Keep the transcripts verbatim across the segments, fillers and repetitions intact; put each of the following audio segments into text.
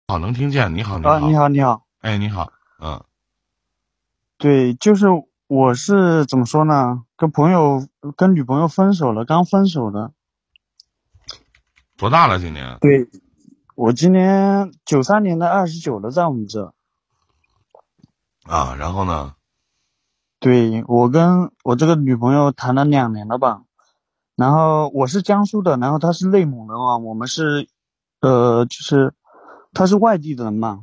好，能听见。你好，你好。 啊，你好，你好。 哎，你好。嗯。 对，就是我是怎么说呢？跟朋友跟女朋友分手了，刚分手的。 多大了今年？ 对，我今年九三年的二十九了，在我们这。 啊，然后呢？ 对，我跟我这个女朋友谈了两年了吧，然后我是江苏的，然后她是内蒙的嘛，我们是，呃，就是她是外地的人嘛。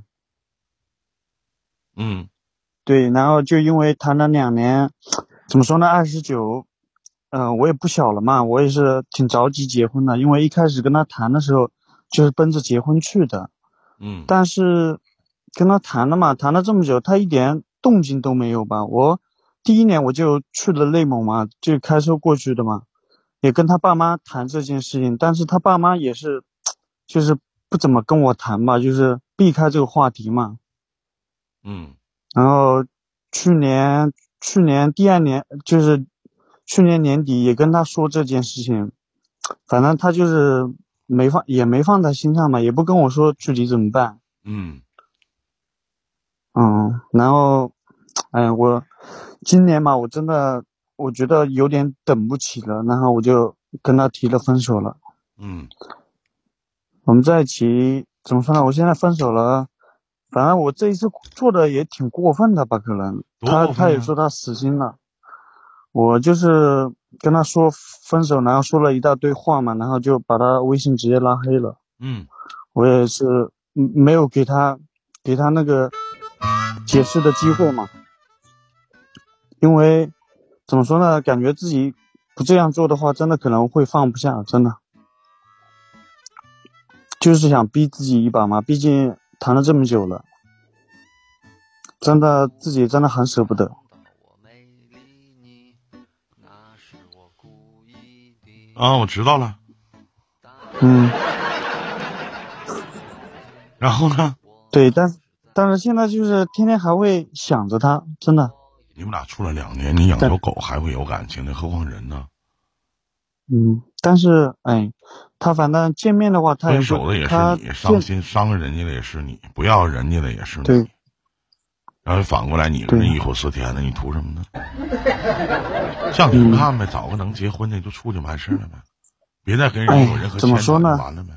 嗯。 对，然后就因为谈了两年，怎么说呢？二十九，嗯，我也不小了嘛，我也是挺着急结婚的，因为一开始跟她谈的时候就是奔着结婚去的。 嗯。 但是跟她谈了嘛，谈了这么久，她一点动静都没有吧？我第一年我就去了内蒙嘛，就开车过去的嘛，也跟他爸妈谈这件事情，但是他爸妈也是，就是不怎么跟我谈吧，就是避开这个话题嘛。 嗯。 然后去年去年第二年就是去年年底也跟他说这件事情，反正他就是没放也没放在心上嘛，也不跟我说具体怎么办。 嗯。 嗯，然后，哎，我今年嘛，我真的我觉得有点等不起了，然后我就跟他提了分手了。 嗯。 我们在一起怎么说呢？我现在分手了，反正我这一次做的也挺过分的吧？可能他多过分呀！ 他也说他死心了，我就是跟他说分手，然后说了一大堆话嘛，然后就把他微信直接拉黑了。 嗯。 我也是嗯没有给他给他那个解释的机会嘛，因为怎么说呢？感觉自己不这样做的话，真的可能会放不下，真的。就是想逼自己一把嘛，毕竟谈了这么久了，真的自己真的很舍不得。 啊，我知道了。 嗯。 然后呢？ 对，但是但是现在就是天天还会想着他，真的。 你们俩处了两年，你养条狗还会有感情的，何况人呢？ 嗯，但是哎，他反正见面的话，他也分手的也是你，伤心伤人家的也是你，不要人家的也是你。 对。 然后反过来，你跟人一口四天的，你图什么呢？向前看呗，找个能结婚的就处就完事了呗，别再跟人有任何牵扯，完了呗。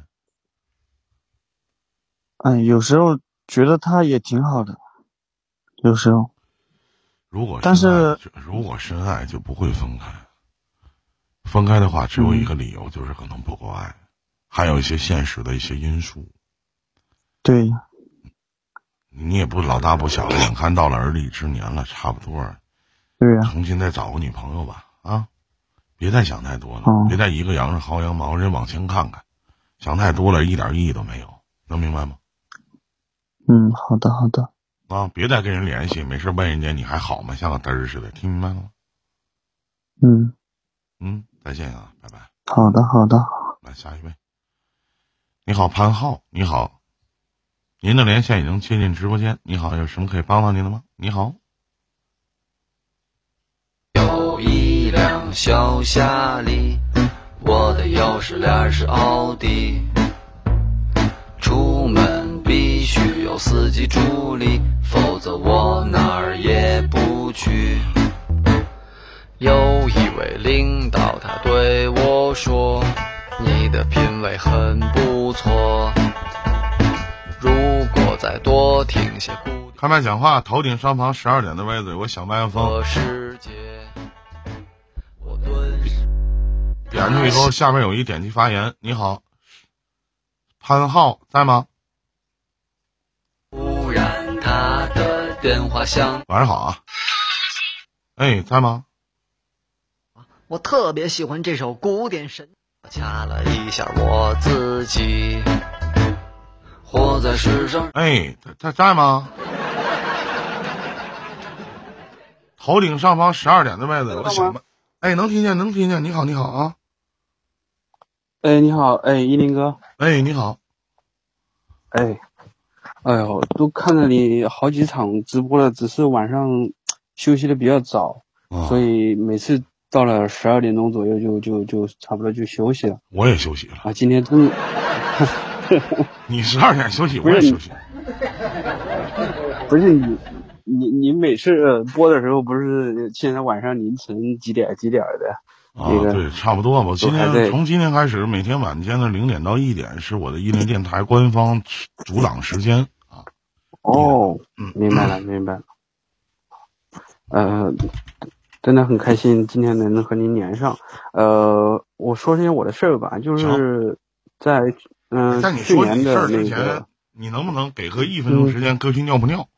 哎，有时候觉得他也挺好的，有时候。 如果但是如果深爱就不会分开，分开的话只有一个理由，嗯、就是可能不够爱，还有一些现实的一些因素。 对。 你也不老大不小了，眼看到了而立之年了，差不多。 对呀、啊。 重新再找个女朋友吧，啊，别再想太多了， 哦、 别在一个羊上薅羊毛，人往前看看，想太多了，一点意义都没有，能明白吗？ 嗯，好的好的。 啊，别再跟人联系，没事问人家你还好吗？像个嘚儿似的，听明白了吗？ 嗯嗯，再见啊，拜拜。 好的好的。 来下一位。你好，潘浩，你好，您的连线已经接进直播间。你好，有什么可以帮到您的吗？你好。 有一辆小夏利，我的钥匙链是奥迪，出门必须有司机助力，否则我哪儿也不去。有一位领导他对我说，你的品味很不错，如果再多听些古典。 开麦讲话，头顶上方十二点的位置有个小麦克风，点进去以后下面有一点击发言。你好，潘浩在吗？ 突然他的电话响。 晚上好啊。哎，在吗？ 我特别喜欢这首古典神，掐了一下我自己，活在世上。 哎，在在在吗？头顶上方十二点的位置有个小麦，哎，能听见能听见。你好你好啊。 哎，你好，哎，依林哥。 哎，你好。 哎，哎呦，都看了你好几场直播了，只是晚上休息的比较早， 哦、 所以每次到了十二点钟左右就就就差不多就休息了。 我也休息了啊，今天终于你十二点休息，我也休息。 不是你，你你每次播的时候不是现在晚上凌晨几点几点的？ 啊，那个、对，差不多吧。今天从今天开始，每天晚间的零点到一点是我的一零电台官方主档时间啊。 哦，嗯，明白了，明白了。呃，真的很开心今天能和您连上。呃，我说些我的事儿吧，就是在嗯、呃、 在你去年的那个，你能不能给个一分钟时间？哥去尿不尿？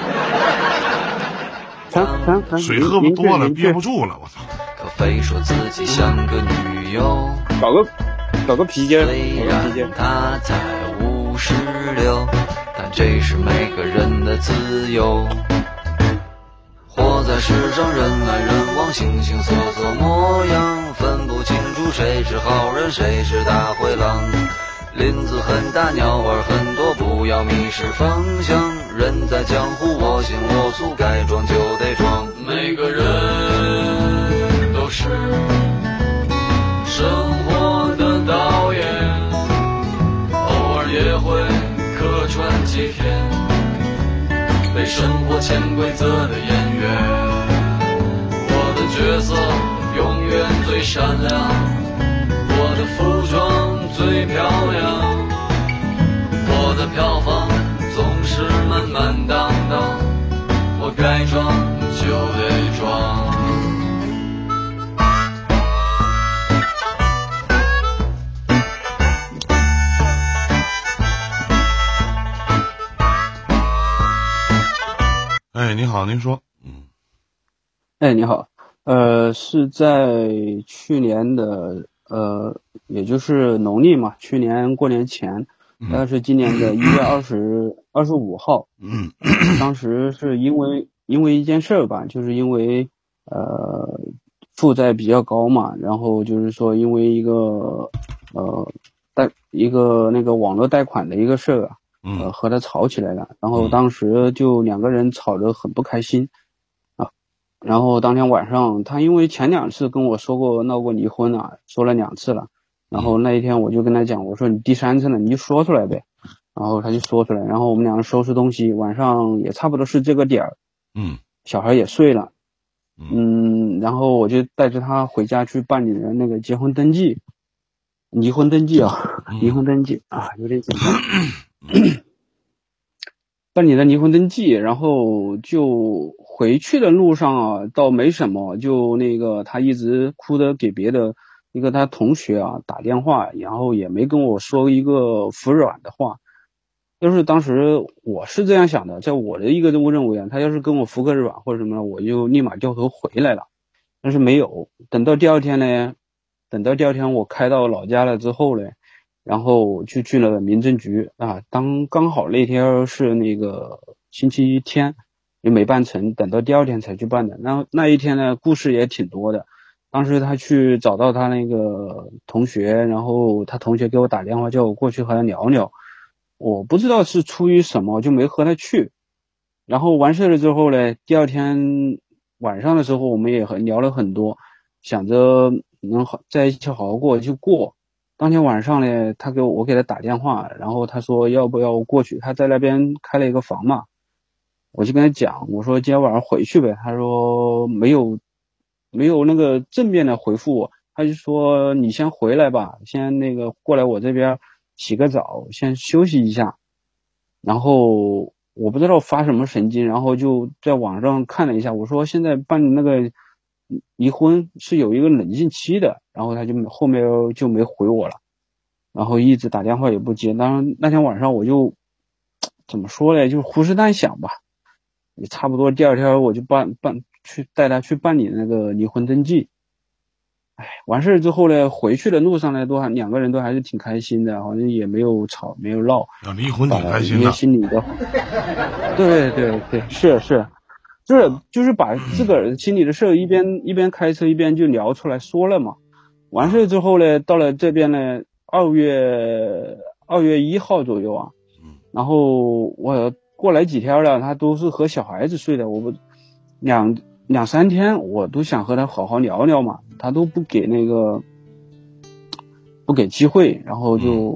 行行行， 水喝不多了，憋不住了，我操！ 可非说自己像个女友， 搞个搞个皮筋， 虽然他才五十六，但这是每个人的自由。活在世上，人来人往，形形色色模样，分不清楚谁是好人，谁是大灰狼。林子很大，鸟儿很多，不要迷失方向。人在江湖，我行我素，该装就得装。每个人都是生活的导演，偶尔也会客串几天，被生活潜规则的演员。我的角色永远最闪亮，我的服装最漂亮，我的票房总是满满当当，我该装就得装。 哎，你好，您说。嗯。 哎，你好，呃，是在去年的呃，也就是农历嘛，去年过年前，大概是今年的一月二十二十五号。 嗯。 当时是因为因为一件事儿吧，就是因为呃负债比较高嘛，然后就是说因为一个呃贷一个那个网络贷款的一个事儿啊。呃，和他吵起来了，然后当时就两个人吵得很不开心啊。然后当天晚上，他因为前两次跟我说过闹过离婚啊，说了两次了。然后那一天我就跟他讲，我说你第三次了，你就说出来呗。然后他就说出来，然后我们两个收拾东西，晚上也差不多是这个点儿， 嗯， 小孩也睡了，嗯，然后我就带着他回家去办理了那个结婚登记，离婚登记啊，离婚登记啊，有点紧张。办理了离婚登记，然后就回去的路上啊，倒没什么，就那个他一直哭着给别的一个他同学啊打电话，然后也没跟我说一个服软的话。要是当时我是这样想的，在我的一个任务认为啊，他要是跟我服个软或者什么，我就立马掉头回来了。但是没有，等到第二天呢，等到第二天我开到老家了之后呢。然后就去了民政局啊，当刚好那天是那个星期天，也没办成，等到第二天才去办的。那那一天呢，故事也挺多的。当时他去找到他那个同学，然后他同学给我打电话叫我过去和他聊聊，我不知道是出于什么，就没和他去。然后完事了之后呢，第二天晚上的时候，我们也很聊了很多，想着能好在一起好好过就过。当天晚上呢，他给我我给他打电话，然后他说要不要过去，他在那边开了一个房嘛，我就跟他讲，我说今天晚上回去呗，他说没有没有那个正面的回复我，他就说你先回来吧，先那个过来我这边洗个澡，先休息一下。然后我不知道发什么神经，然后就在网上看了一下，我说现在办那个离婚是有一个冷静期的，然后他就后面就没回我了，然后一直打电话也不接。当然那天晚上我就怎么说呢，就是胡思乱想吧，也差不多第二天我就办办去带他去办理那个离婚登记。哎，完事之后呢，回去的路上呢，都还两个人都还是挺开心的，好像也没有吵没有闹。 要离婚挺开心的。 心里的，对对对，是是。就是就是把自个儿心里的事一边一边开车一边就聊出来说了嘛。完事之后呢，到了这边呢，二月二月一号左右啊，然后我过来几天了，他都是和小孩子睡的，我不两两三天我都想和他好好聊聊嘛，他都不给那个不给机会，然后就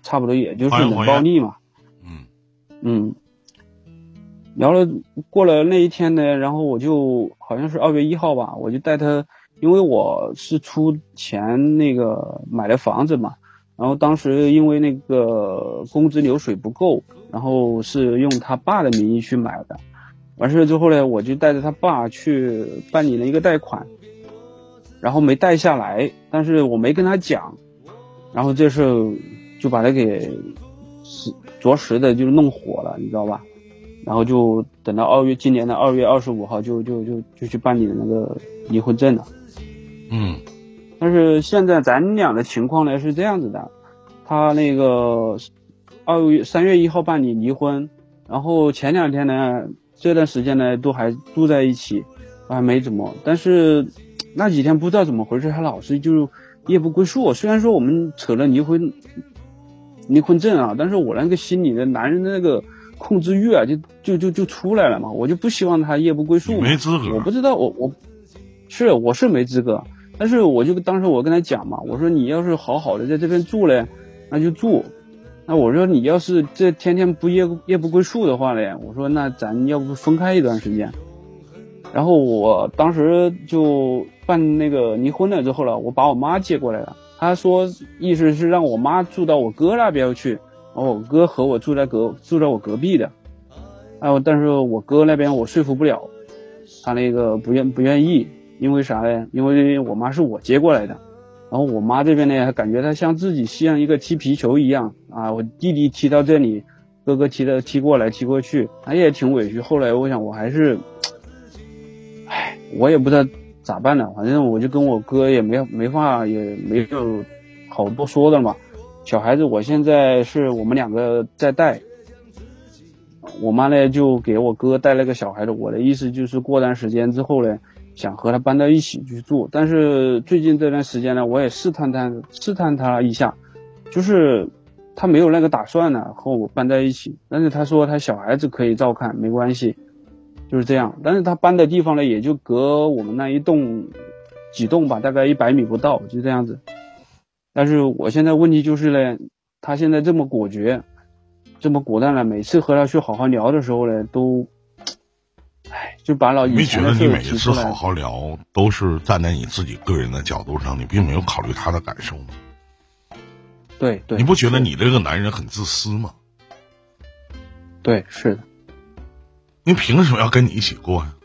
差不多也就是冷暴力嘛。 嗯嗯，聊了过了那一天呢，然后我就好像是二月一号吧，我就带他，因为我是出钱那个买了房子嘛，然后当时因为那个工资流水不够，然后是用他爸的名义去买的，完事之后呢，我就带着他爸去办理了一个贷款，然后没贷下来，但是我没跟他讲，然后这事就把他给着实的就弄火了，你知道吧？然后就等到二月今年的二月二十五号就就就就去办理了那个离婚证了。 嗯， 但是现在咱俩的情况呢是这样子的，他那个二月三月一号办理离婚，然后前两天呢这段时间呢都还住在一起，还没怎么，但是那几天不知道怎么回事，他老是就夜不归宿。虽然说我们扯了离婚离婚证啊，但是我那个心里的男人的那个控制欲啊，就就就就出来了嘛，我就不希望他夜不归宿。 没资格。 我不知道，我我是我是没资格，但是我就当时我跟他讲嘛，我说你要是好好的在这边住嘞，那就住。那我说你要是这天天不夜夜不归宿的话嘞，我说那咱要不分开一段时间。然后我当时就办那个离婚了之后了，我把我妈接过来了。他说意思是让我妈住到我哥那边去，然后我哥和我住在隔住在我隔壁的。啊，但是我哥那边我说服不了，他那个不愿不愿意，因为啥呢？因为我妈是我接过来的。然后我妈这边呢，感觉她像自己像一个踢皮球一样啊，我弟弟踢到这里，哥哥踢的踢过来踢过去，她也挺委屈。后来我想我还是，唉，我也不知道咋办呢，反正我就跟我哥也没没法也没有好多说的嘛。小孩子我现在是我们两个在带，我妈呢就给我哥带了个小孩子，我的意思就是过段时间之后呢，想和他搬到一起去住。但是最近这段时间呢，我也试探他试探他一下，就是他没有那个打算呢和我搬在一起，但是他说他小孩子可以照看没关系，就是这样。但是他搬的地方呢也就隔我们那一栋几栋吧，大概一百米不到，就这样子。但是我现在问题就是呢，他现在这么果决这么果断了，每次和他去好好聊的时候呢都唉，就把老以前的事没觉得你每一次好好聊都是站在你自己个人的角度上，你并没有考虑他的感受吗？ 对对， 你不觉得你这个男人很自私吗？ 对，是的。 你凭什么要跟你一起过呀？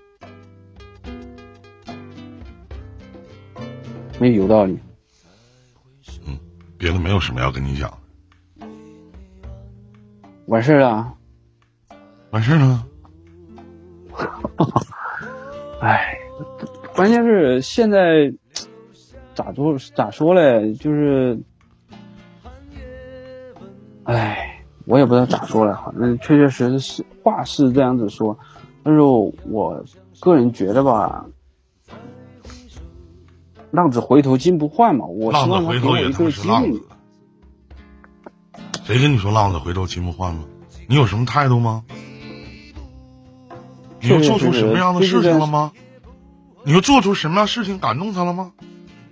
没有道理。 嗯，别的没有什么要跟你讲。 完事了。 完事了。 唉，关键是现在咋说咋说嘞，就是唉，我也不知道咋说了，反正确确实实是话是这样子说，但是我个人觉得吧，浪子回头金不换嘛，我希望他给我一个机会。 谁跟你说浪子回头金不换吗？你有什么态度吗？你又做出什么样的事情了吗？你又做出什么样的事情感动他了吗？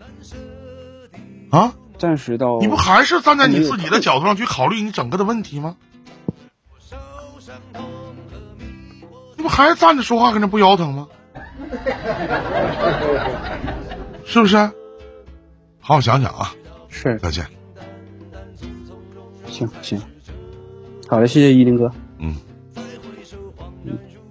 啊？ 暂时到你不还是站在你自己的角度上去考虑你整个的问题吗？你不还是站着说话跟着不腰疼吗？是不是？好好想想啊。 是。 再见。 行行，好的，谢谢依林哥。 嗯。 嗯。